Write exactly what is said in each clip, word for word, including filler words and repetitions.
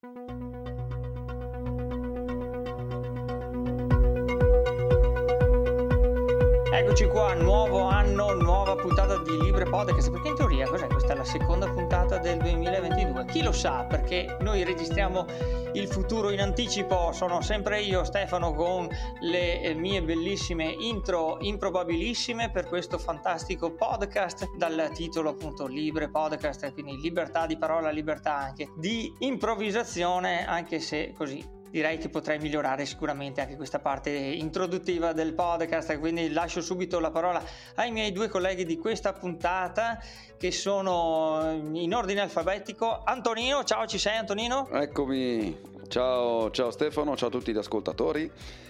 Eccoci qua, nuovo anno, nuova puntata di Libre Podcast, perché in teoria cos'è? Questa è la seconda puntata del duemilaventidue, chi lo sa, perché noi registriamo il futuro in anticipo. Sono sempre io, Stefano, con le mie bellissime intro improbabilissime per questo fantastico podcast dal titolo appunto Libre Podcast, quindi libertà di parola, libertà anche di improvvisazione, anche se così direi che potrei migliorare sicuramente anche questa parte introduttiva del podcast, quindi lascio subito la parola ai miei due colleghi di questa puntata che sono in ordine alfabetico. Antonino, ciao, ci sei Antonino? Eccomi, ciao, ciao Stefano, ciao a tutti gli ascoltatori.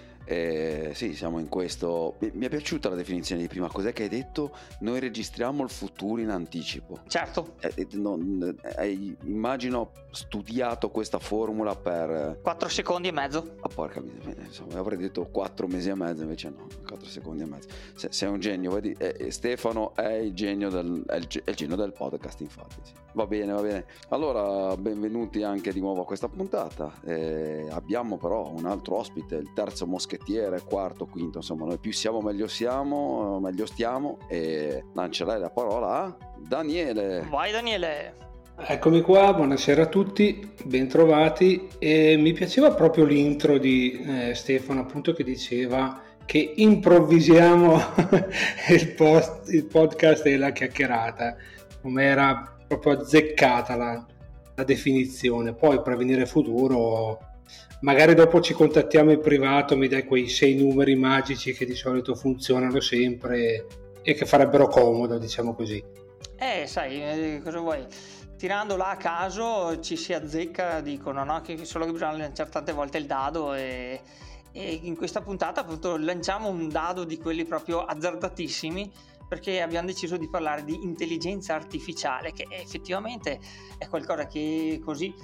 Eh, sì, siamo in questo. Mi è piaciuta la definizione di prima. Cos'è che hai detto? Noi registriamo il futuro in anticipo. Certo. Eh, non, hai, immagino, studiato questa formula per quattro secondi e mezzo. Ah, porca miseria, insomma, avrei detto quattro mesi e mezzo, invece no, quattro secondi e mezzo. Se, sei un genio, vedi? Eh, Stefano è il genio del, è il, è il genio del podcast, infatti. Sì. Va bene, va bene. Allora, benvenuti anche di nuovo a questa puntata. Eh, abbiamo però un altro ospite, il terzo moschettiere, quarto, quinto, insomma, noi più siamo meglio siamo, meglio stiamo, e lancerai la parola a Daniele. Vai Daniele. Eccomi qua, buonasera a tutti, bentrovati. E mi piaceva proprio l'intro di eh, Stefano, appunto, che diceva che improvvisiamo il, post, il podcast e la chiacchierata, come era proprio azzeccata la, la definizione. Poi prevenire futuro, magari dopo ci contattiamo in privato, mi dai quei sei numeri magici che di solito funzionano sempre e che farebbero comodo, diciamo così. Eh, sai, eh, cosa vuoi? Tirandola a caso ci si azzecca, dicono, no? Che solo che bisogna lanciare tante volte il dado e, e in questa puntata appunto lanciamo un dado di quelli proprio azzardatissimi, perché abbiamo deciso di parlare di intelligenza artificiale, che effettivamente è qualcosa che così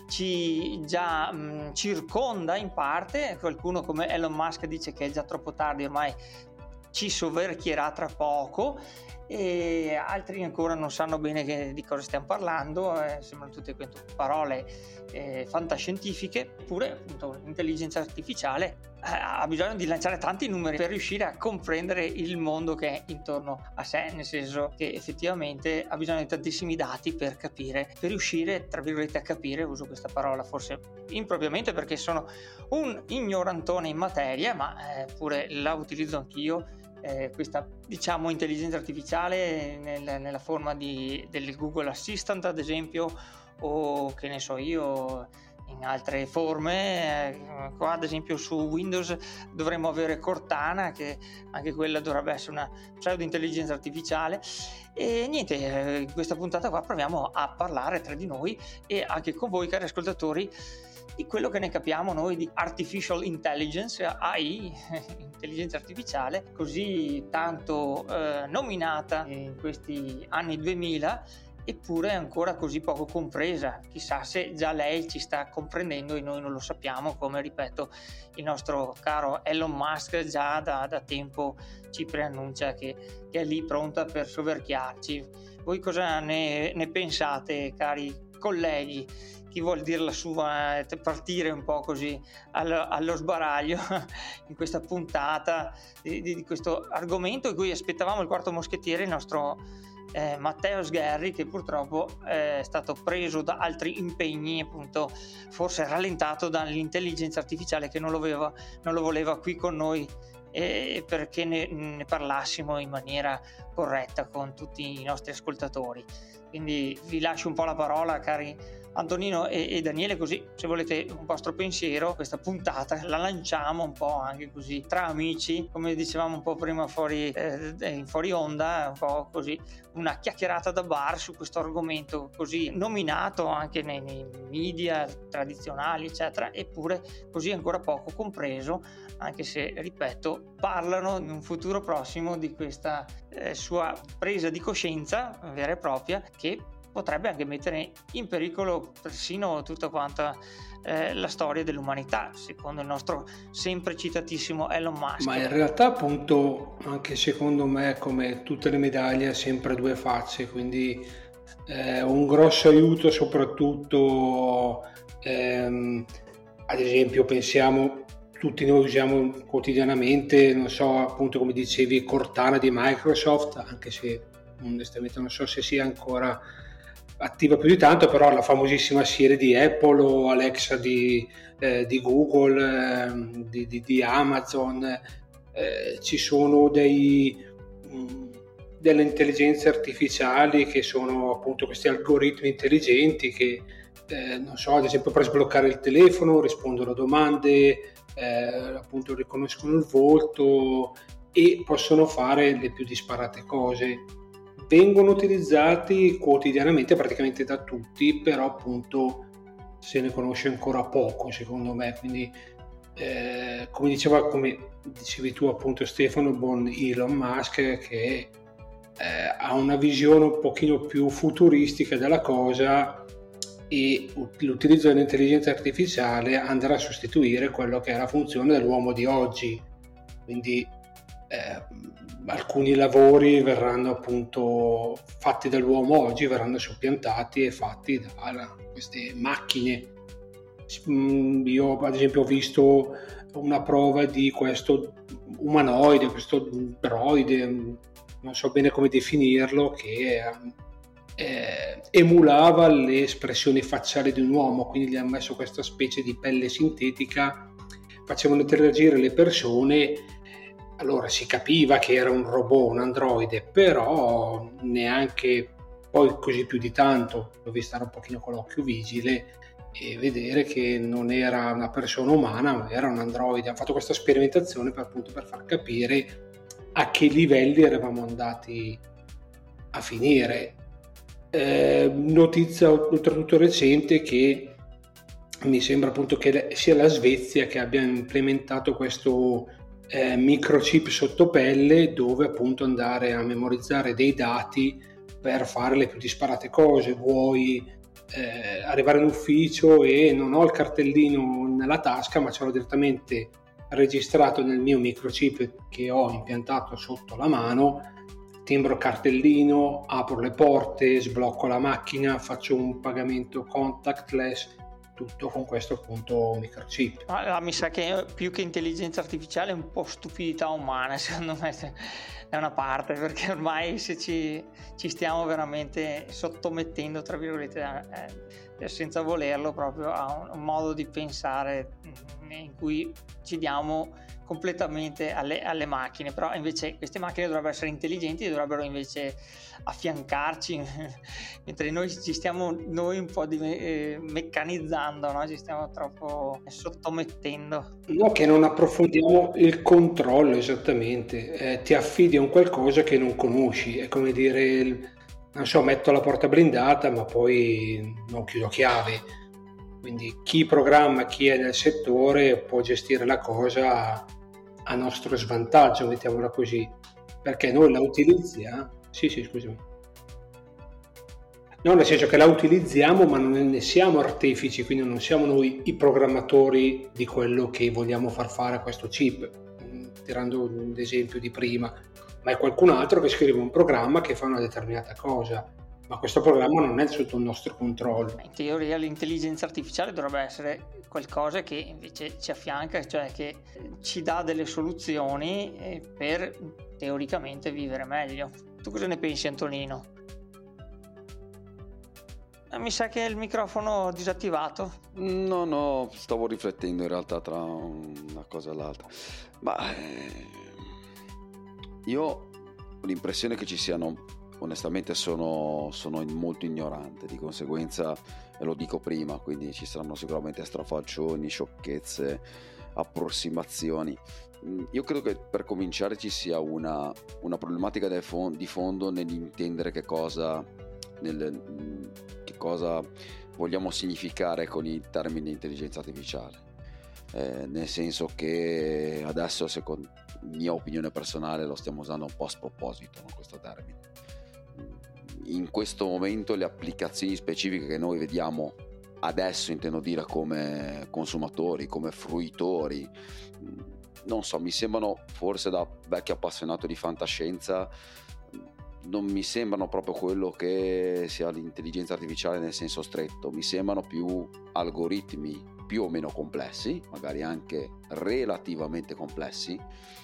ci già mh, circonda in parte. Qualcuno come Elon Musk dice che è già troppo tardi, ormai ci soverchierà tra poco, e altri ancora non sanno bene che, di cosa stiamo parlando, eh, sembrano tutte parole eh, fantascientifiche. Eppure appunto l'intelligenza artificiale eh, ha bisogno di lanciare tanti numeri per riuscire a comprendere il mondo che è intorno a sé, nel senso che effettivamente ha bisogno di tantissimi dati per capire, per riuscire tra virgolette a capire, uso questa parola forse impropriamente perché sono un ignorantone in materia, ma eh, pure la utilizzo anch'io. Eh, questa diciamo intelligenza artificiale nel, nella forma di, del Google Assistant ad esempio, o che ne so io in altre forme. Eh, qua ad esempio su Windows dovremmo avere Cortana, che anche quella dovrebbe essere una pseudo intelligenza artificiale. E niente, eh, in questa puntata qua proviamo a parlare tra di noi e anche con voi cari ascoltatori di quello che ne capiamo noi di Artificial Intelligence, A I, intelligenza artificiale, così tanto eh, nominata in questi anni duemila, eppure ancora così poco compresa. Chissà se già lei ci sta comprendendo e noi non lo sappiamo, come ripeto il nostro caro Elon Musk già da, da tempo ci preannuncia che, che è lì pronta per soverchiarci. Voi cosa ne, ne pensate, cari colleghi? Chi vuol dire la sua, eh, partire un po' così allo, allo sbaraglio in questa puntata di, di questo argomento in cui aspettavamo il quarto moschettiere, il nostro eh, Matteo Sgherri, che purtroppo è stato preso da altri impegni, appunto forse rallentato dall'intelligenza artificiale che non lo, aveva, non lo voleva qui con noi, e perché ne, ne parlassimo in maniera corretta con tutti i nostri ascoltatori. Quindi vi lascio un po' la parola, cari Antonino e, e Daniele, così se volete un vostro pensiero, questa puntata la lanciamo un po' anche così tra amici, come dicevamo un po' prima fuori, eh, in fuori onda, un po' così una chiacchierata da bar su questo argomento così nominato anche nei, nei media tradizionali eccetera, eppure così ancora poco compreso, anche se ripeto parlano in un futuro prossimo di questa eh, sua presa di coscienza vera e propria, che potrebbe anche mettere in pericolo persino tutta quanta eh, la storia dell'umanità, secondo il nostro sempre citatissimo Elon Musk. Ma in realtà appunto anche secondo me, come tutte le medaglie, ha sempre due facce, quindi eh, un grosso aiuto soprattutto ehm, ad esempio pensiamo, tutti noi usiamo quotidianamente, non so, appunto come dicevi, Cortana di Microsoft, anche se onestamente non so se sia ancora attiva più di tanto, però la famosissima Siri di Apple o Alexa di, eh, di Google, eh, di, di, di Amazon, eh, ci sono dei, mh, delle intelligenze artificiali che sono appunto questi algoritmi intelligenti che, eh, non so, ad esempio per sbloccare il telefono rispondono a domande, eh, appunto riconoscono il volto e possono fare le più disparate cose. Vengono utilizzati quotidianamente praticamente da tutti, però appunto se ne conosce ancora poco secondo me, quindi eh, come diceva, come dicevi tu appunto Stefano, buon Elon Musk, che eh, ha una visione un pochino più futuristica della cosa e l'utilizzo dell'intelligenza artificiale andrà a sostituire quello che è la funzione dell'uomo di oggi, quindi eh, alcuni lavori verranno appunto fatti dall'uomo oggi, verranno soppiantati e fatti da queste macchine. Io ad esempio ho visto una prova di questo umanoide, questo droide, non so bene come definirlo, che eh, emulava le espressioni facciali di un uomo, quindi gli hanno messo questa specie di pelle sintetica, facevano interagire le persone. Allora si capiva che era un robot, un androide, però neanche poi così più di tanto, dovevi stare un pochino con l'occhio vigile e vedere che non era una persona umana, ma era un androide. Hanno fatto questa sperimentazione per, appunto, per far capire a che livelli eravamo andati a finire. Eh, notizia oltretutto recente che mi sembra appunto che sia la Svezia che abbia implementato questo Eh, microchip sotto pelle dove appunto andare a memorizzare dei dati per fare le più disparate cose. Vuoi eh, arrivare in ufficio e non ho il cartellino nella tasca, ma ce l'ho direttamente registrato nel mio microchip che ho impiantato sotto la mano, timbro cartellino, apro le porte, sblocco la macchina, faccio un pagamento contactless, tutto con questo appunto microchip. Allora, mi sa che più che intelligenza artificiale è un po' stupidità umana, secondo me è una parte, perché ormai se ci, ci stiamo veramente sottomettendo, tra virgolette, eh, senza volerlo, proprio a un, un modo di pensare in cui ci diamo completamente alle, alle macchine. Però invece queste macchine dovrebbero essere intelligenti e dovrebbero invece affiancarci, mentre noi ci stiamo noi un po' di me, eh, meccanizzando, no? Ci stiamo troppo sottomettendo. No, che non approfondiamo il controllo esattamente, eh, ti affidi a un qualcosa che non conosci, è come dire, non so, metto la porta blindata ma poi non chiudo chiave, quindi chi programma, chi è nel settore può gestire la cosa a nostro svantaggio, mettiamola così, perché noi la utilizziamo. Sì, sì, scusami. No, nel senso che la utilizziamo ma non ne siamo artefici, quindi non siamo noi i programmatori di quello che vogliamo far fare a questo chip, tirando un esempio di prima, ma è qualcun altro che scrive un programma che fa una determinata cosa, ma questo programma non è sotto il nostro controllo. In teoria l'intelligenza artificiale dovrebbe essere qualcosa che invece ci affianca, cioè che ci dà delle soluzioni per teoricamente vivere meglio. Tu cosa ne pensi, Antonino? Mi sa che il microfono è disattivato. No, no, stavo riflettendo in realtà tra una cosa e l'altra. Ma eh, io ho l'impressione che ci siano, onestamente sono, sono molto ignorante, di conseguenza, e lo dico prima, quindi ci saranno sicuramente strafalcioni, sciocchezze, approssimazioni. Io credo che per cominciare ci sia una, una problematica di fondo nell'intendere che cosa, nel, che cosa vogliamo significare con i termini di intelligenza artificiale, eh, nel senso che adesso, secondo mia opinione personale, lo stiamo usando un po' a sproposito, no, questo termine. In questo momento le applicazioni specifiche che noi vediamo adesso, intendo dire come consumatori, come fruitori, non so, mi sembrano, forse da vecchio appassionato di fantascienza, non mi sembrano proprio quello che sia l'intelligenza artificiale nel senso stretto, mi sembrano più algoritmi più o meno complessi, magari anche relativamente complessi.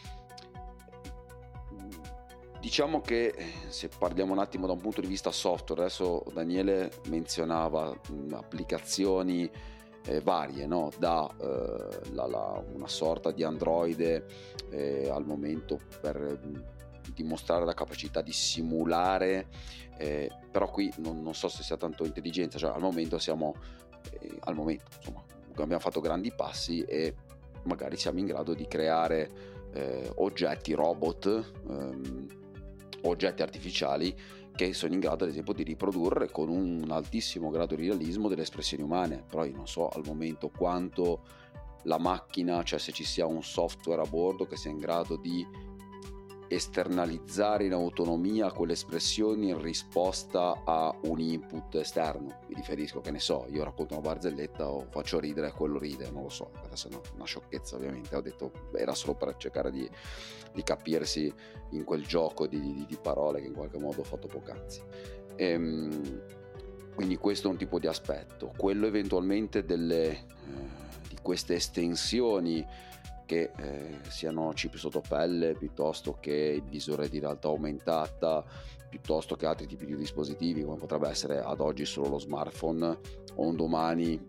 Diciamo che se parliamo un attimo da un punto di vista software, adesso Daniele menzionava mh, applicazioni eh, varie, no? da eh, la, la, una sorta di Android eh, al momento per mh, dimostrare la capacità di simulare, eh, però qui non, non so se sia tanto intelligenza, cioè al momento siamo eh, al momento insomma abbiamo fatto grandi passi e magari siamo in grado di creare eh, oggetti robot, ehm, oggetti artificiali che sono in grado ad esempio di riprodurre con un altissimo grado di realismo delle espressioni umane. Però io non so al momento quanto la macchina, cioè se ci sia un software a bordo che sia in grado di esternalizzare in autonomia quelle espressioni in risposta a un input esterno. Mi riferisco, che ne so, io racconto una barzelletta o faccio ridere e quello ride, non lo so, adesso è una sciocchezza ovviamente, ho detto era solo per cercare di, di capirsi in quel gioco di, di, di parole che in qualche modo ho fatto poc'anzi. Ehm, quindi questo è un tipo di aspetto. Quello eventualmente delle eh, di queste estensioni che eh, siano chip sotto pelle piuttosto che il visore di realtà aumentata, piuttosto che altri tipi di dispositivi come potrebbe essere ad oggi solo lo smartphone, o un domani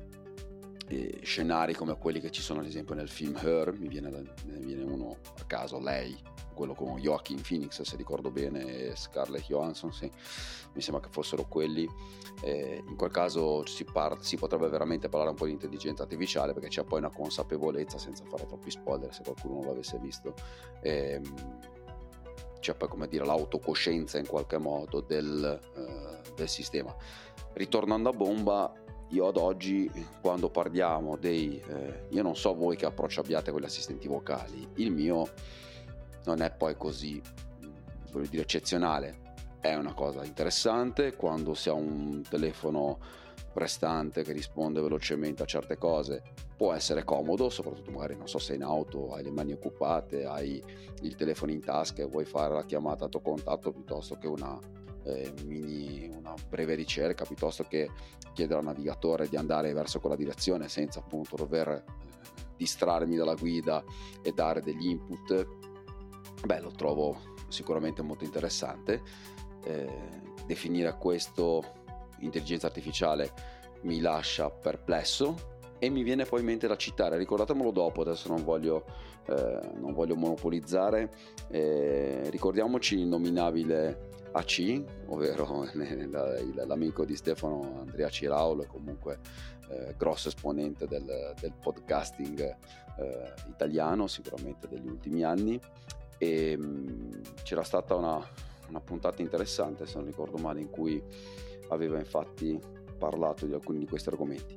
eh, scenari come quelli che ci sono ad esempio nel film Her, mi viene, me ne viene uno a caso, Lei, quello con Joaquin Phoenix se ricordo bene e Scarlett Johansson, sì, mi sembra che fossero quelli. Eh, in quel caso si, par- si potrebbe veramente parlare un po' di intelligenza artificiale, perché c'è poi una consapevolezza, senza fare troppi spoiler se qualcuno non l'avesse visto, ehm, c'è poi come dire l'autocoscienza in qualche modo del, eh, del sistema. Ritornando a bomba, io ad oggi quando parliamo dei eh, io non so voi che approccio abbiate con gli assistenti vocali, il mio non è poi così, voglio dire, eccezionale. È una cosa interessante quando si ha un telefono prestante che risponde velocemente a certe cose, può essere comodo, soprattutto magari non so se in auto hai le mani occupate, hai il telefono in tasca e vuoi fare la chiamata a tuo contatto piuttosto che una eh, mini una breve ricerca, piuttosto che chiedere al navigatore di andare verso quella direzione senza appunto dover eh, distrarmi dalla guida e dare degli input. Beh, lo trovo sicuramente molto interessante. Eh, definire questo intelligenza artificiale mi lascia perplesso e mi viene poi in mente da citare, ricordatemelo dopo, adesso non voglio, eh, non voglio monopolizzare, eh, ricordiamoci l'innominabile A C, ovvero l'amico di Stefano, Andrea Ciraulo, comunque eh, grosso esponente del, del podcasting eh, italiano, sicuramente degli ultimi anni. E mh, c'era stata una, una puntata interessante, se non ricordo male, in cui aveva infatti parlato di alcuni di questi argomenti.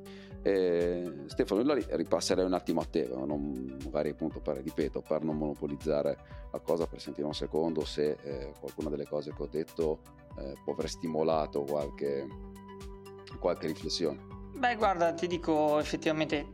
E, Stefano, io la ripasserei un attimo a te, non, magari appunto per, ripeto, per non monopolizzare la cosa, per sentire un secondo se eh, qualcuna delle cose che ho detto eh, può aver stimolato qualche, qualche riflessione. Beh, guarda, ti dico effettivamente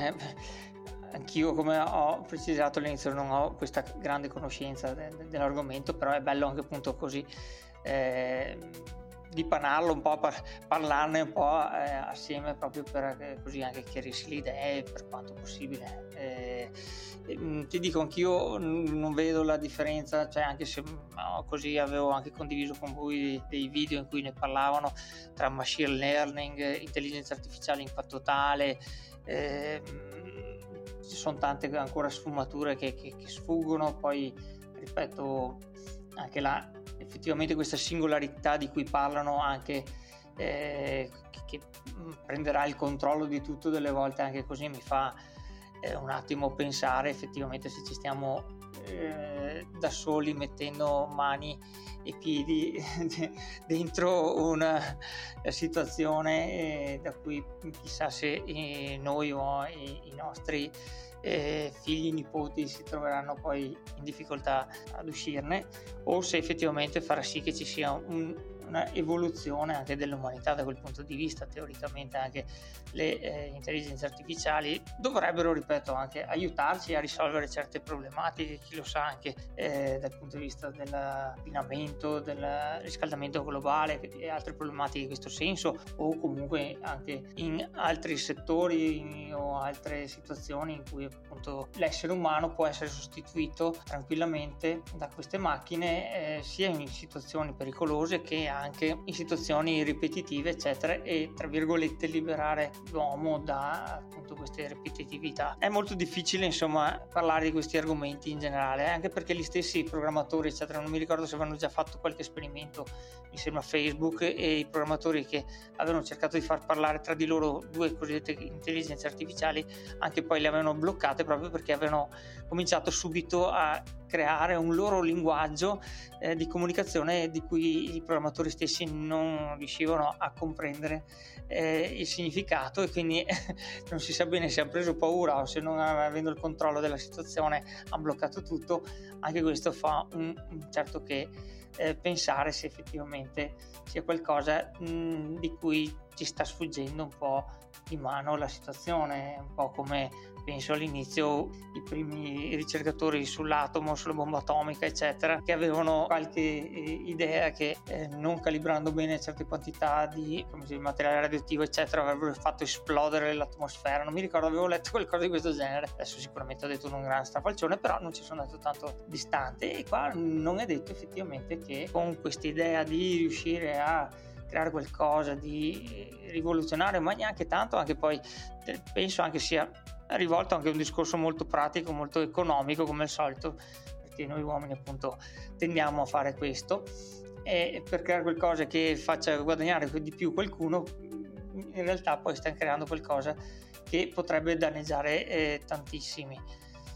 anch'io, come ho precisato all'inizio, non ho questa grande conoscenza de- de- dell'argomento, però è bello anche appunto così eh, dipanarlo un po', par- parlarne un po' eh, assieme, proprio per eh, così anche chiarirsi le idee per quanto possibile. Eh, eh, ti dico, anch'io n- non vedo la differenza, cioè anche se no, così avevo anche condiviso con voi dei video in cui ne parlavano, tra machine learning, intelligenza artificiale in quanto tale. Eh, ci sono tante ancora sfumature che, che, che sfuggono, poi ripeto anche là effettivamente questa singolarità di cui parlano anche eh, che, che prenderà il controllo di tutto delle volte, anche così mi fa eh, un attimo pensare effettivamente se ci stiamo eh, da soli mettendo mani e piedi dentro una situazione eh, da cui chissà se eh, noi o i, i nostri eh, figli, nipoti si troveranno poi in difficoltà ad uscirne, o se effettivamente farà sì che ci sia un, una evoluzione anche dell'umanità da quel punto di vista. Teoricamente anche le eh, intelligenze artificiali dovrebbero, ripeto, anche aiutarci a risolvere certe problematiche, chi lo sa, anche eh, dal punto di vista dell'inquinamento, del riscaldamento globale e altre problematiche in questo senso, o comunque anche in altri settori o altre situazioni in cui appunto l'essere umano può essere sostituito tranquillamente da queste macchine, eh, sia in situazioni pericolose che anche in situazioni ripetitive, eccetera, e tra virgolette liberare l'uomo da appunto queste ripetitività. È molto difficile insomma parlare di questi argomenti in generale, eh, anche perché gli stessi programmatori, eccetera, non mi ricordo se avevano già fatto qualche esperimento, mi sembra Facebook, e i programmatori che avevano cercato di far parlare tra di loro due cosiddette intelligenze artificiali anche poi le avevano bloccate, proprio perché avevano cominciato subito a creare un loro linguaggio eh, di comunicazione di cui i programmatori stessi non riuscivano a comprendere eh, il significato, e quindi non si sa bene se hanno preso paura o se, non avendo il controllo della situazione, hanno bloccato tutto. Anche questo fa un, un certo che eh, pensare se effettivamente sia qualcosa mh, di cui ci sta sfuggendo un po' di mano la situazione, un po' come penso all'inizio i primi ricercatori sull'atomo, sulla bomba atomica, eccetera, che avevano qualche eh, idea che eh, non calibrando bene certe quantità di come si dice, materiale radioattivo, eccetera, avrebbero fatto esplodere l'atmosfera. Non mi ricordo, avevo letto qualcosa di questo genere. Adesso sicuramente ho detto un gran strafalcione, però non ci sono andato tanto distante, e qua non è detto effettivamente che con questa idea di riuscire a creare qualcosa di rivoluzionario, ma neanche tanto, anche poi penso anche sia rivolto anche a un discorso molto pratico, molto economico, come al solito, perché noi uomini appunto tendiamo a fare questo, e per creare qualcosa che faccia guadagnare di più qualcuno, in realtà poi stiamo creando qualcosa che potrebbe danneggiare eh, tantissimi.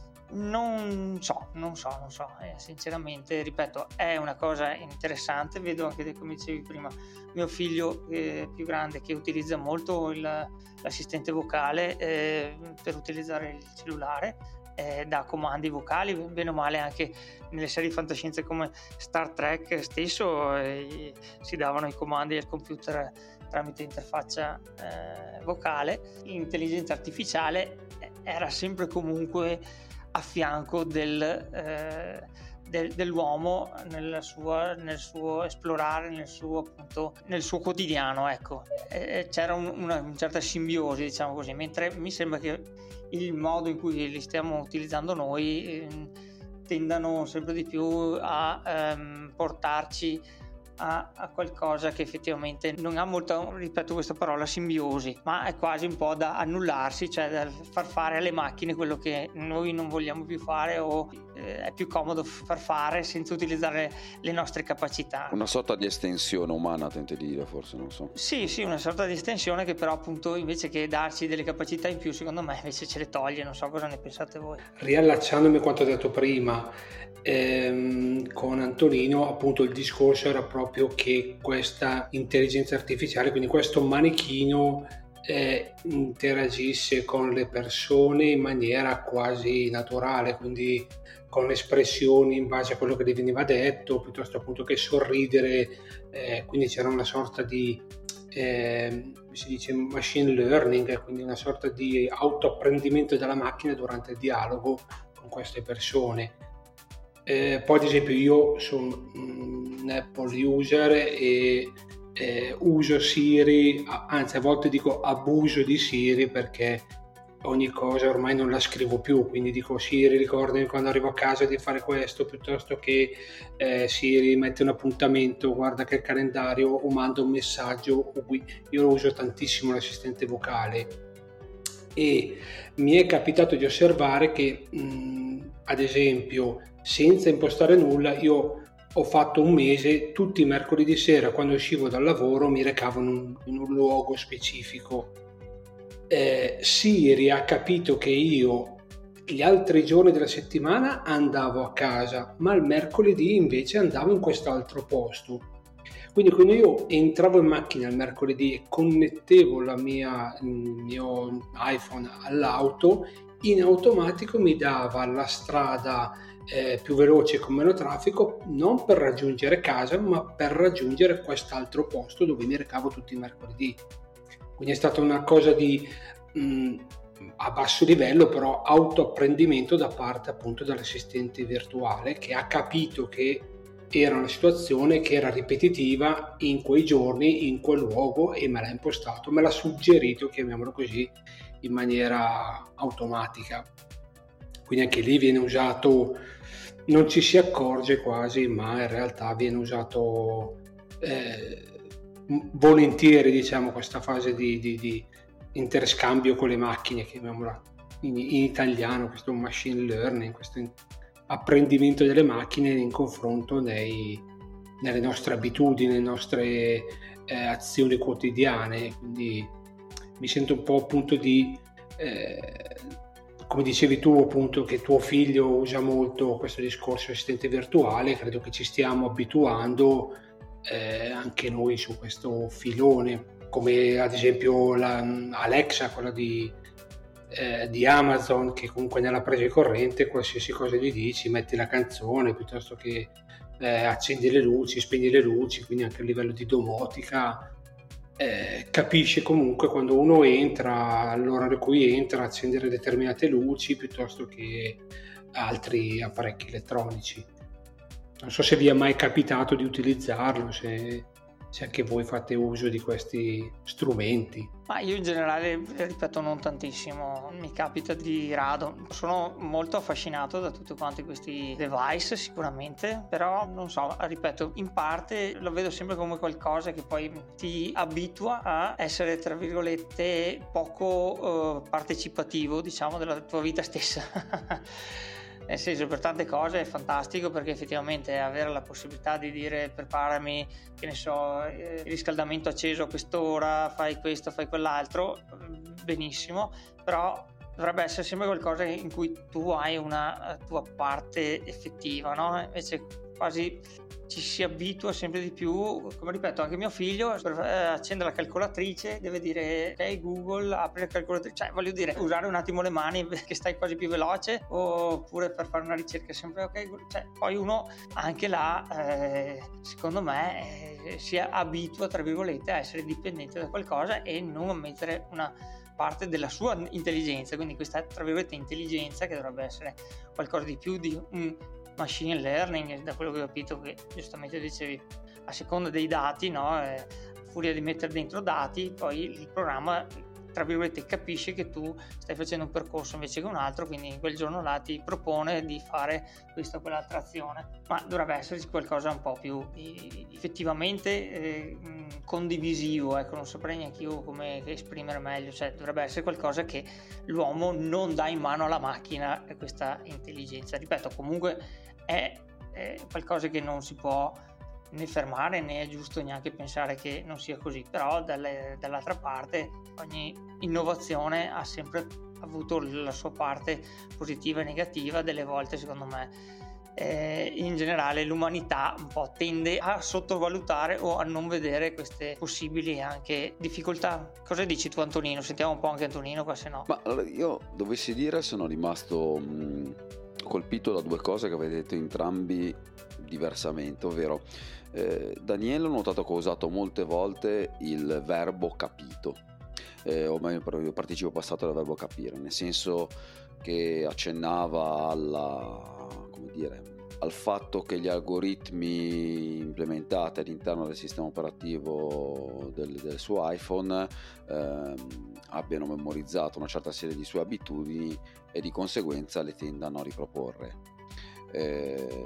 Non so, non so, non so, eh, sinceramente, ripeto, è una cosa interessante. Vedo anche, come dicevi prima, mio figlio eh, più grande che utilizza molto il, l'assistente vocale eh, per utilizzare il cellulare, eh, dà comandi vocali, bene o male anche nelle serie di fantascienza come Star Trek stesso eh, si davano i comandi al computer tramite interfaccia eh, vocale. L'intelligenza artificiale era sempre comunque a fianco del, eh, del, dell'uomo nella sua, nel suo esplorare, nel suo appunto nel suo quotidiano, ecco. E c'era un, una, una certa simbiosi, diciamo così, mentre mi sembra che il modo in cui li stiamo utilizzando noi eh, tendano sempre di più a ehm, portarci A, a qualcosa che effettivamente non ha molto, ripeto questa parola, simbiosi, ma è quasi un po' da annullarsi, cioè da far fare alle macchine quello che noi non vogliamo più fare, o eh, è più comodo far fare senza utilizzare le nostre capacità. Una sorta di estensione umana, tento di dire, forse, non so. Sì, sì, una sorta di estensione che però appunto invece che darci delle capacità in più, secondo me invece ce le toglie. Non so cosa ne pensate voi. Riallacciandomi a quanto detto prima ehm, con Antonino, appunto il discorso era proprio che questa intelligenza artificiale, quindi questo manichino, eh, interagisse con le persone in maniera quasi naturale, quindi con espressioni in base a quello che gli veniva detto, piuttosto appunto che sorridere, eh, quindi c'era una sorta di eh, si dice machine learning, quindi una sorta di autoapprendimento della macchina durante il dialogo con queste persone. Eh, poi ad esempio io sono un Apple user e eh, uso Siri, anzi a volte dico abuso di Siri, perché ogni cosa ormai non la scrivo più, quindi dico Siri ricordami quando arrivo a casa di fare questo, piuttosto che eh, Siri metti un appuntamento, guarda che il calendario, o manda un messaggio. Io uso tantissimo l'assistente vocale e mi è capitato di osservare che mh, ad esempio senza impostare nulla io ho fatto un mese tutti i mercoledì sera quando uscivo dal lavoro mi recavo in un, in un luogo specifico. Eh, Siri ha capito che io gli altri giorni della settimana andavo a casa, ma il mercoledì invece andavo in quest'altro posto. Quindi quando io entravo in macchina il mercoledì e connettevo la mia, il mio iPhone all'auto, in automatico mi dava la strada eh, più veloce con meno traffico, non per raggiungere casa, ma per raggiungere quest'altro posto dove mi recavo tutti i mercoledì. Quindi è stata una cosa di mh, a basso livello, però autoapprendimento da parte appunto dell'assistente virtuale, che ha capito che era una situazione che era ripetitiva in quei giorni, in quel luogo, e me l'ha impostato, me l'ha suggerito, chiamiamolo così, in maniera automatica. Quindi anche lì viene usato, non ci si accorge quasi, ma in realtà viene usato eh, volentieri, diciamo, questa fase di, di, di interscambio con le macchine, chiamiamola in, in italiano, questo machine learning, questo apprendimento delle macchine in confronto nei, nelle nostre abitudini, nelle nostre eh, azioni quotidiane. Quindi mi sento un po' appunto di eh, come dicevi tu, appunto, che tuo figlio usa molto questo discorso assistente virtuale. Credo che ci stiamo abituando eh, anche noi su questo filone, come ad esempio la Alexa, quella di, eh, di Amazon, che comunque nella presa di corrente qualsiasi cosa gli dici, metti la canzone piuttosto che eh, accendi le luci, spegni le luci, quindi anche a livello di domotica eh, capisce comunque quando uno entra, all'ora di cui entra, accendere determinate luci piuttosto che altri apparecchi elettronici. Non so se vi è mai capitato di utilizzarlo, se, se anche voi fate uso di questi strumenti. Ma io in generale, ripeto, non tantissimo, mi capita di rado. Sono molto affascinato da tutti quanti questi device sicuramente, però non so, ripeto, in parte lo vedo sempre come qualcosa che poi ti abitua a essere, tra virgolette, poco uh, partecipativo, diciamo, della tua vita stessa. Nel senso, per tante cose è fantastico, perché effettivamente avere la possibilità di dire preparami, che ne so, il riscaldamento acceso a quest'ora, fai questo, fai quell'altro, benissimo, però dovrebbe essere sempre qualcosa in cui tu hai una tua parte effettiva, no? Invece quasi ci si abitua sempre di più, come ripeto, anche mio figlio per accendere la calcolatrice deve dire ok Google, apri la calcolatrice, cioè voglio dire, usare un attimo le mani che stai quasi più veloce, oppure per fare una ricerca sempre ok Google, cioè poi uno anche là eh, secondo me eh, si abitua, tra virgolette, a essere dipendente da qualcosa e non a mettere una parte della sua intelligenza, quindi questa, tra virgolette, intelligenza, che dovrebbe essere qualcosa di più di un machine learning, da quello che ho capito, che giustamente dicevi, a seconda dei dati, no? Eh, a furia di mettere dentro dati, poi il programma, tra virgolette, capisce che tu stai facendo un percorso invece che un altro, quindi in quel giorno là ti propone di fare questa o quell'altra azione. Ma dovrebbe esserci qualcosa un po' più eh, effettivamente eh, condivisivo, ecco, non saprei neanche io come esprimere meglio, cioè dovrebbe essere qualcosa che l'uomo non dà in mano alla macchina, questa intelligenza. Ripeto, comunque è, è qualcosa che non si può né fermare, né è giusto neanche pensare che non sia così, però dalle, dall'altra parte ogni innovazione ha sempre avuto la sua parte positiva e negativa. Delle volte, secondo me, eh, in generale l'umanità un po' tende a sottovalutare o a non vedere queste possibili anche difficoltà. Cosa dici tu, Antonino? Sentiamo un po' anche Antonino qua, se no. Ma allora, io dovessi dire, sono rimasto mh, colpito da due cose che avete detto entrambi diversamente, ovvero eh, Daniele, ho notato che ho usato molte volte il verbo capito, eh, o meglio il participio passato del verbo capire, nel senso che accennava alla, come dire, al fatto che gli algoritmi implementati all'interno del sistema operativo del, del suo iPhone ehm, abbiano memorizzato una certa serie di sue abitudini e di conseguenza le tendano a riproporre. Eh,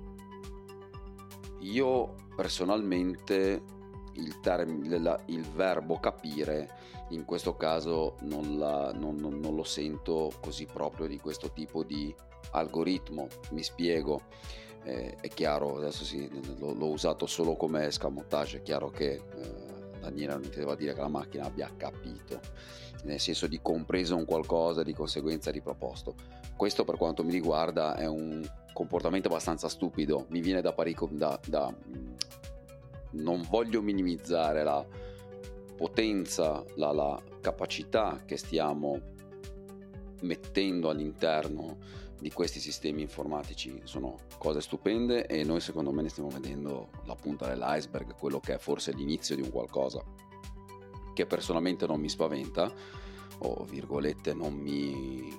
io personalmente il, term- la, il verbo capire in questo caso non, la, non, non, non lo sento così proprio di questo tipo di algoritmo. Mi spiego, eh, è chiaro, adesso sì, l'ho, l'ho usato solo come escamotage, è chiaro che eh, Daniele non intendeva dire che la macchina abbia capito, nel senso di compreso un qualcosa, di conseguenza riproposto. Questo, per quanto mi riguarda, è un comportamento abbastanza stupido. Mi viene da parico da, da non voglio minimizzare la potenza, la, la capacità che stiamo mettendo all'interno di questi sistemi informatici sono cose stupende, e noi secondo me ne stiamo vedendo la punta dell'iceberg, quello che è forse l'inizio di un qualcosa che personalmente non mi spaventa, o virgolette non mi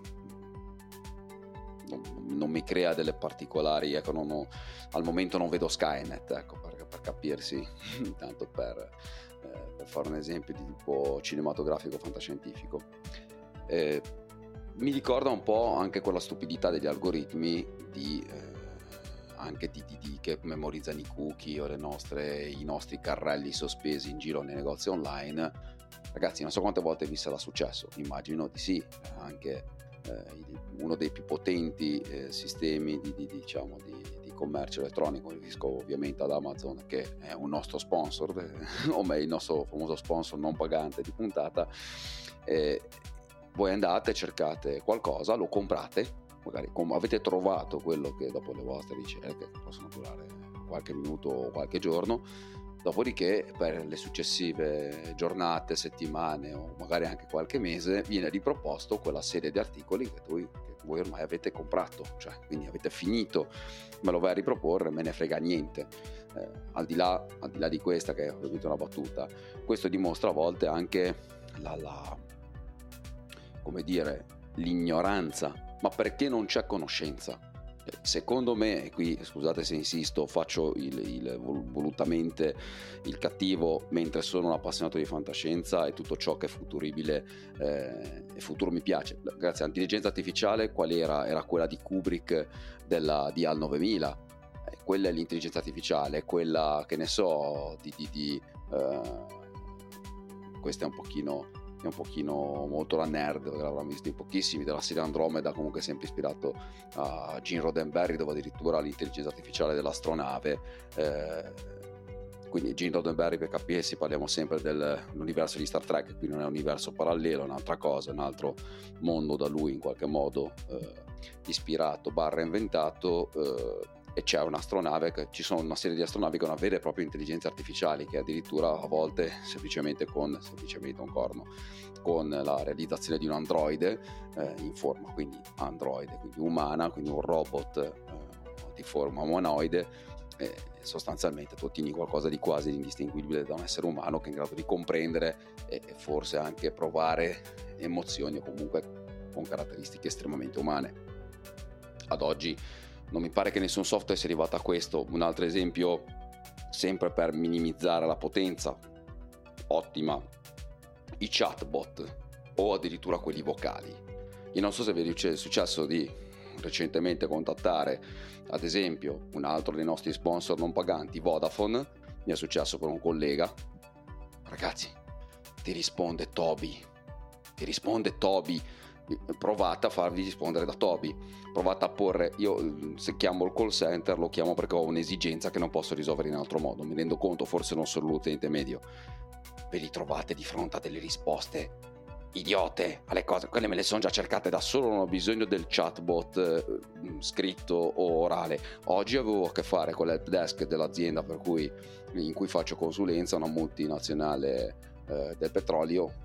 non, non mi crea delle particolari, ecco, non ho, al momento non vedo Skynet, ecco, per, per capirsi, tanto per, eh, per fare un esempio di tipo cinematografico fantascientifico. Eh, mi ricorda un po' anche quella stupidità degli algoritmi di eh, anche di, di, di che memorizzano i cookie o le nostre, i nostri carrelli sospesi in giro nei negozi online. Ragazzi, non so quante volte vi sarà successo, immagino di sì, anche eh, uno dei più potenti eh, sistemi di, di, diciamo, di, di commercio elettronico, mi riferisco ovviamente ad Amazon, che è un nostro sponsor, eh, o meglio il nostro famoso sponsor non pagante di puntata. eh, Voi andate, cercate qualcosa, lo comprate, magari com- avete trovato quello che dopo le vostre ricerche, che possono durare qualche minuto o qualche giorno, dopodiché per le successive giornate, settimane o magari anche qualche mese viene riproposto quella serie di articoli che, tu, che voi ormai avete comprato, cioè quindi avete finito, me lo vai a riproporre, me ne frega niente. Eh, al di là, al di là di questa, che è ovviamente una battuta, questo dimostra a volte anche la... la come dire, l'ignoranza, ma perché non c'è conoscenza. Secondo me, e qui scusate se insisto, faccio il, il, volutamente il cattivo, mentre sono un appassionato di fantascienza e tutto ciò che è futuribile eh, e futuro mi piace. Grazie all'intelligenza artificiale, qual era? Era quella di Kubrick della, di HAL novemila. Eh, quella è l'intelligenza artificiale, quella che ne so di, di, di eh, questa è un pochino è un pochino molto la nerd, perché l'avranno visto in pochissimi, della serie Andromeda, comunque sempre ispirato a Gene Roddenberry, dove addirittura l'intelligenza artificiale dell'astronave eh, quindi Gene Roddenberry, per capirsi, parliamo sempre dell'universo di Star Trek, qui non è un universo parallelo, è un'altra cosa, un altro mondo da lui in qualche modo eh, ispirato barra inventato, eh, e c'è un'astronave, che, ci sono una serie di astronavi che hanno vere e proprie intelligenze artificiali, che addirittura a volte semplicemente con semplicemente un corno con la realizzazione di un androide eh, in forma quindi androide, quindi umana, quindi un robot eh, di forma umanoide, eh, sostanzialmente tu ottieni qualcosa di quasi indistinguibile da un essere umano, che è in grado di comprendere e, e forse anche provare emozioni, o comunque con caratteristiche estremamente umane. Ad oggi non mi pare che nessun software sia arrivato a questo. Un altro esempio, sempre per minimizzare la potenza, ottima, i chatbot o addirittura quelli vocali. Io non so se vi è successo di recentemente contattare ad esempio un altro dei nostri sponsor non paganti, Vodafone. Mi è successo con un collega. Ragazzi, ti risponde Toby, ti risponde Toby. Provate a farvi rispondere da Toby, provate a porre, io se chiamo il call center lo chiamo perché ho un'esigenza che non posso risolvere in altro modo, mi rendo conto, forse non sono l'utente medio, ve li trovate di fronte a delle risposte idiote alle cose, quelle me le sono già cercate da solo, non ho bisogno del chatbot eh, scritto o orale. Oggi avevo a che fare con l'help desk dell'azienda per cui, in cui faccio consulenza, una multinazionale eh, del petrolio,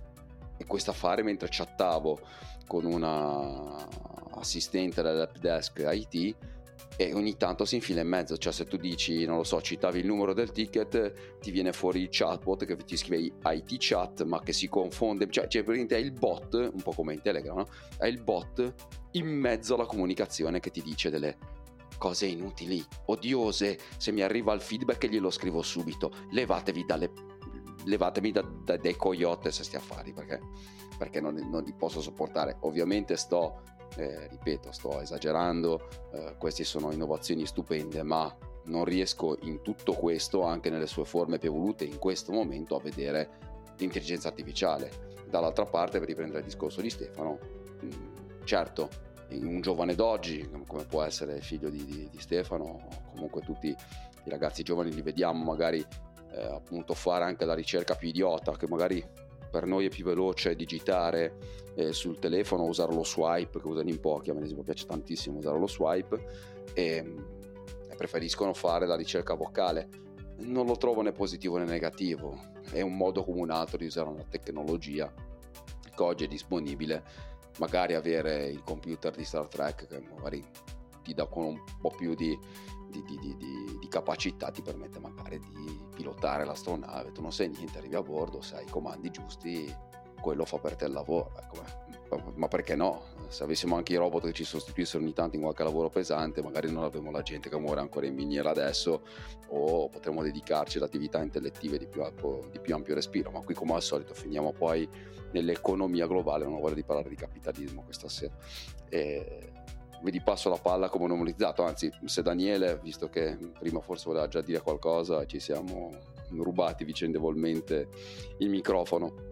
e questo affare, mentre chattavo con una assistente dell'help desk I T, e ogni tanto si infila in mezzo, cioè se tu dici, non lo so, citavi il numero del ticket, ti viene fuori il chatbot che ti scrive I T chat, ma che si confonde, cioè, cioè è il bot, un po' come in Telegram, no? È il bot in mezzo alla comunicazione che ti dice delle cose inutili, odiose. Se mi arriva il feedback glielo scrivo subito, levatevi dalle levatemi da, da, dai coyotes questi affari, perché, perché non, non li posso sopportare. Ovviamente sto eh, ripeto, sto esagerando, eh, queste sono innovazioni stupende, ma non riesco in tutto questo, anche nelle sue forme più evolute in questo momento, a vedere l'intelligenza artificiale. Dall'altra parte, per riprendere il discorso di Stefano, mh, certo, un giovane d'oggi, come può essere il figlio di, di, di Stefano, comunque tutti i ragazzi giovani li vediamo magari eh, appunto fare anche la ricerca più idiota, che magari per noi è più veloce digitare eh, sul telefono, usare lo swipe, che usano in pochi. A me ad esempio piace tantissimo usare lo swipe, e, e preferiscono fare la ricerca vocale. Non lo trovo né positivo né negativo, è un modo come un altro di usare una tecnologia che oggi è disponibile magari avere il computer di Star Trek che magari ti dà con un po' più di, di, di, di, di, di capacità, ti permette magari di pilotare l'astronave. Tu non sai niente, arrivi a bordo, sai i comandi giusti, quello fa per te il lavoro. Ecco, ma perché no? Se avessimo anche i robot che ci sostituissero ogni tanto in qualche lavoro pesante, magari non avremo la gente che muore ancora in miniera adesso, o potremmo dedicarci ad attività intellettive di più, di più ampio respiro. Ma qui, come al solito, finiamo poi nell'economia globale. Non ho voglia di parlare di capitalismo questa sera. E vi passo la palla come normalizzato, anzi, se Daniele, visto che prima forse voleva già dire qualcosa, ci siamo rubati vicendevolmente il microfono.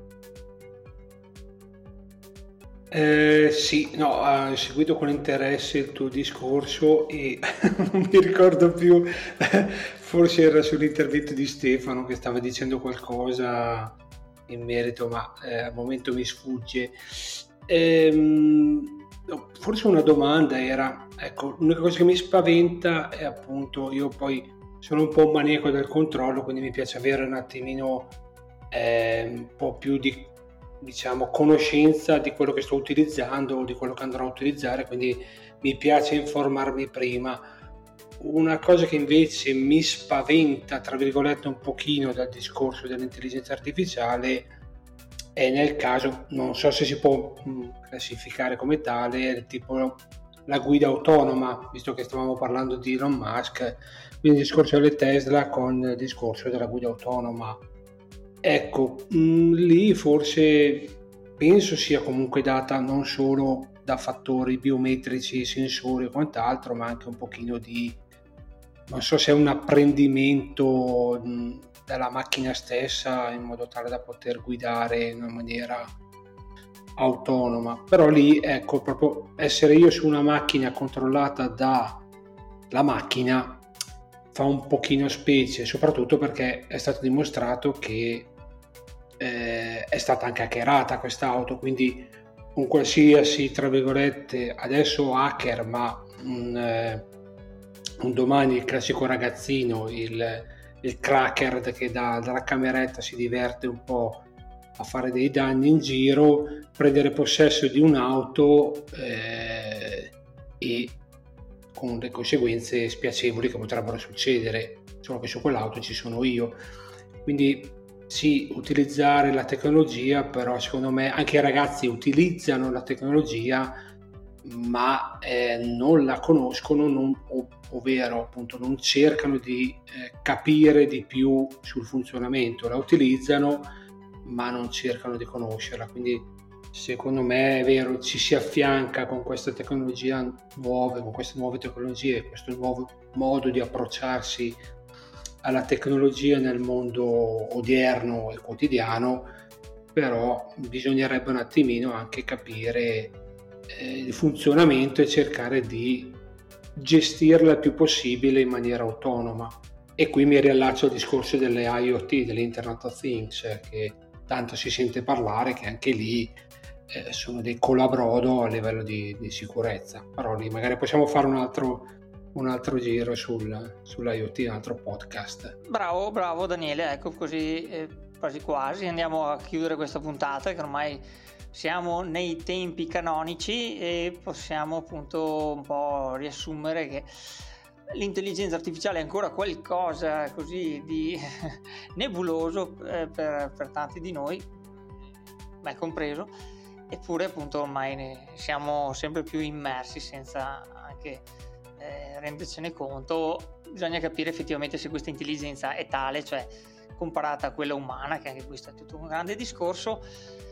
Eh, sì, no, ho seguito con interesse il tuo discorso e non mi ricordo più, forse era sull'intervento di Stefano che stava dicendo qualcosa in merito, ma eh, al momento mi sfugge. Ehm, forse una domanda era, ecco, l'unica cosa che mi spaventa è appunto, io poi sono un po' un maniaco del controllo, quindi mi piace avere un attimino eh, un po' più di, diciamo, conoscenza di quello che sto utilizzando o di quello che andrò a utilizzare, quindi mi piace informarmi prima. Una cosa che invece mi spaventa, tra virgolette, un pochino dal discorso dell'intelligenza artificiale è nel caso, non so se si può mh, classificare come tale, tipo la guida autonoma, visto che stavamo parlando di Elon Musk, quindi il discorso delle Tesla con il discorso della guida autonoma. Ecco, mh, lì forse penso sia comunque data non solo da fattori biometrici, sensori e quant'altro, ma anche un pochino di, non so se è un apprendimento mh, dalla macchina stessa in modo tale da poter guidare in una maniera autonoma. Però lì, ecco, proprio essere io su una macchina controllata dalla macchina fa un pochino specie, soprattutto perché è stato dimostrato che eh, è stata anche hackerata quest'auto, quindi un qualsiasi, tra virgolette, adesso hacker, ma un, eh, un domani il classico ragazzino, il, il cracker che da, dalla cameretta si diverte un po' a fare dei danni in giro, prendere possesso di un'auto eh, e con le conseguenze spiacevoli che potrebbero succedere, solo che su quell'auto ci sono io. Quindi sì, utilizzare la tecnologia, però secondo me anche i ragazzi utilizzano la tecnologia ma eh, non la conoscono, non, ov- ovvero appunto non cercano di eh, capire di più sul funzionamento, la utilizzano ma non cercano di conoscerla. Quindi secondo me è vero, ci si affianca con questa tecnologia nuove, con queste nuove tecnologie, questo nuovo modo di approcciarsi alla tecnologia nel mondo odierno e quotidiano, però bisognerebbe un attimino anche capire eh, il funzionamento e cercare di gestirla il più possibile in maniera autonoma. E qui mi riallaccio al discorso delle IoT, dell'Internet of Things, che tanto si sente parlare, che anche lì eh, sono dei colabrodo a livello di, di sicurezza. Però lì magari possiamo fare un altro, un altro giro sul, sull'IoT, un altro podcast. Bravo, bravo Daniele, ecco, così eh, quasi quasi andiamo a chiudere questa puntata, che ormai siamo nei tempi canonici e possiamo appunto un po' riassumere che l'intelligenza artificiale è ancora qualcosa così di nebuloso eh, per, per tanti di noi, me compreso, eppure appunto ormai ne siamo sempre più immersi senza anche eh, rendercene conto. Bisogna capire effettivamente se questa intelligenza è tale, cioè comparata a quella umana, che anche questo è tutto un grande discorso,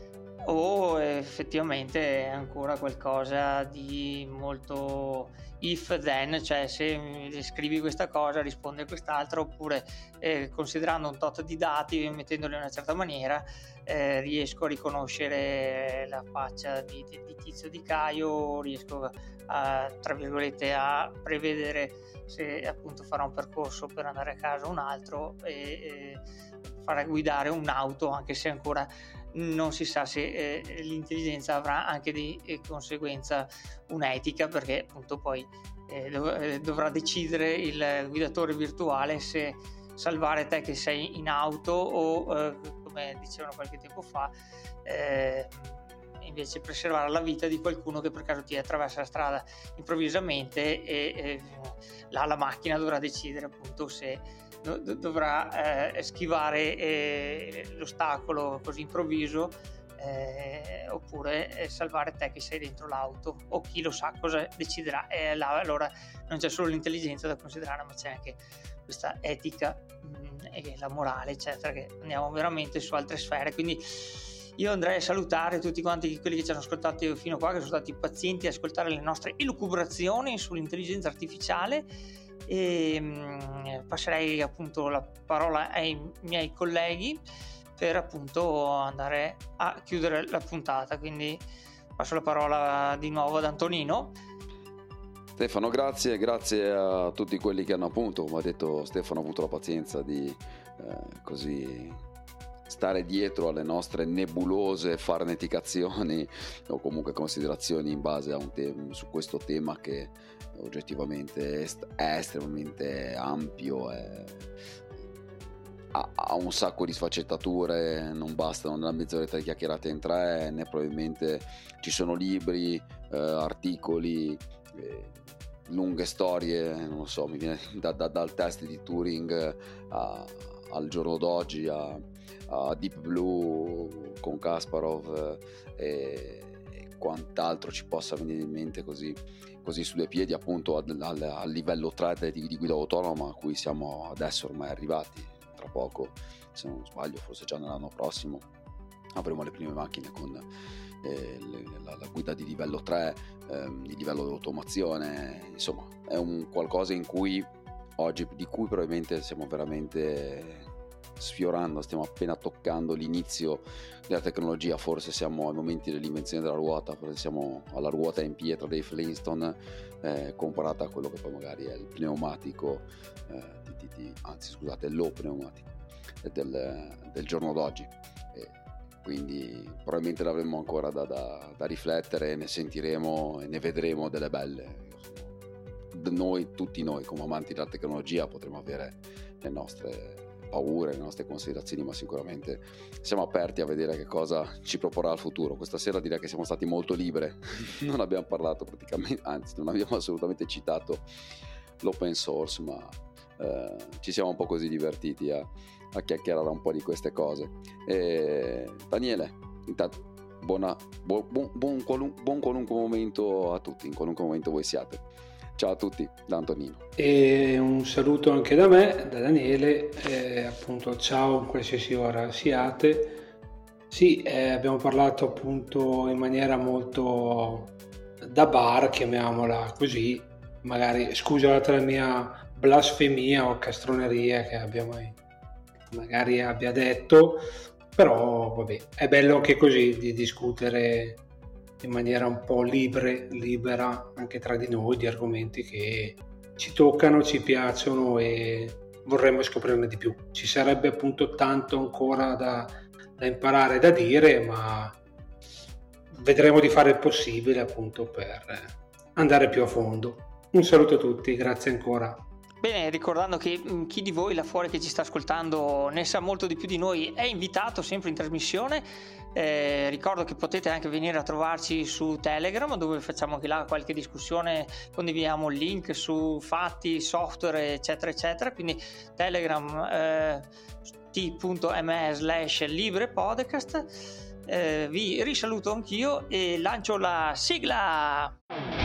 o effettivamente è ancora qualcosa di molto if then, cioè se mi scrivi questa cosa risponde quest'altra, oppure eh, considerando un tot di dati, mettendoli in una certa maniera, eh, riesco a riconoscere la faccia di, di, di Tizio di Caio, riesco a, tra virgolette, a prevedere se appunto farà un percorso per andare a casa o un altro, e, e far guidare un'auto, anche se ancora non si sa se eh, l'intelligenza avrà anche di eh, conseguenza un'etica, perché appunto poi eh, dov- eh, dovrà decidere il guidatore virtuale se salvare te che sei in auto o eh, come dicevano qualche tempo fa, eh, invece preservare la vita di qualcuno che per caso ti attraversa la strada improvvisamente e, e la, la macchina dovrà decidere appunto se do, dovrà eh, schivare eh, l'ostacolo così improvviso eh, oppure eh, salvare te che sei dentro l'auto, o chi lo sa cosa deciderà. E là, allora non c'è solo l'intelligenza da considerare, ma c'è anche questa etica mh, e la morale, eccetera, che andiamo veramente su altre sfere. Quindi io andrei a salutare tutti quanti quelli che ci hanno ascoltato fino a qua, che sono stati pazienti a ascoltare le nostre elucubrazioni sull'intelligenza artificiale, e mh, passerei appunto la parola ai miei colleghi per appunto andare a chiudere la puntata. Quindi passo la parola di nuovo ad Antonino. Stefano, grazie, grazie a tutti quelli che hanno appunto, come ha detto Stefano, avuto la pazienza di eh, così stare dietro alle nostre nebulose farneticazioni o comunque considerazioni in base a un tema, su questo tema che oggettivamente è estremamente ampio, è, ha, ha un sacco di sfaccettature, non bastano nella mezz'oretta di chiacchierate in tre, né probabilmente ci sono libri, eh, articoli, eh, lunghe storie, non lo so, mi viene da, da, dal test di Turing a, al giorno d'oggi a, a Deep Blue con Kasparov e, e quant'altro ci possa venire in mente così, così su due piedi, appunto al, al, al livello tre di, di guida autonoma a cui siamo adesso ormai arrivati. Tra poco, se non sbaglio, forse già nell'anno prossimo avremo le prime macchine con eh, le, la, la guida di livello tre, ehm, di livello di automazione. Insomma, è un qualcosa in cui oggi, di cui probabilmente stiamo veramente sfiorando, stiamo appena toccando l'inizio della tecnologia. Forse siamo ai momenti dell'invenzione della ruota, forse siamo alla ruota in pietra dei Flintstone eh, comparata a quello che poi magari è il pneumatico eh, di, di, di, anzi scusate lo pneumatico del, del giorno d'oggi. E quindi probabilmente l'avremo ancora da, da, da riflettere, ne sentiremo e ne vedremo delle belle. Noi, tutti noi come amanti della tecnologia, potremo avere le nostre paure, le nostre considerazioni, ma sicuramente siamo aperti a vedere che cosa ci proporrà il futuro. Questa sera direi che siamo stati molto liberi, non abbiamo parlato praticamente, anzi non abbiamo assolutamente citato l'open source, ma eh, ci siamo un po' così divertiti a, a chiacchierare un po' di queste cose. E Daniele, intanto buona, buon, buon, buon, qualun, buon qualunque momento a tutti, in qualunque momento voi siate. Ciao a tutti, da Antonino. E un saluto anche da me, da Daniele, eh, appunto ciao in qualsiasi ora siate. Sì, eh, abbiamo parlato appunto in maniera molto da bar, chiamiamola così, magari scusate la mia blasfemia o castroneria che abbiamo magari abbia detto, però vabbè, è bello anche così di discutere in maniera un po' libre, libera anche tra di noi di argomenti che ci toccano, ci piacciono e vorremmo scoprirne di più. Ci sarebbe appunto tanto ancora da, da imparare, da dire, ma vedremo di fare il possibile appunto per andare più a fondo. Un saluto a tutti, grazie ancora. Bene, ricordando che chi di voi là fuori che ci sta ascoltando ne sa molto di più di noi è invitato sempre in trasmissione. Eh, ricordo che potete anche venire a trovarci su Telegram, dove facciamo anche là qualche discussione, condividiamo il link su fatti, software eccetera eccetera. Quindi Telegram eh, t.me slash libre podcast. Eh, vi risaluto anch'io e lancio la sigla.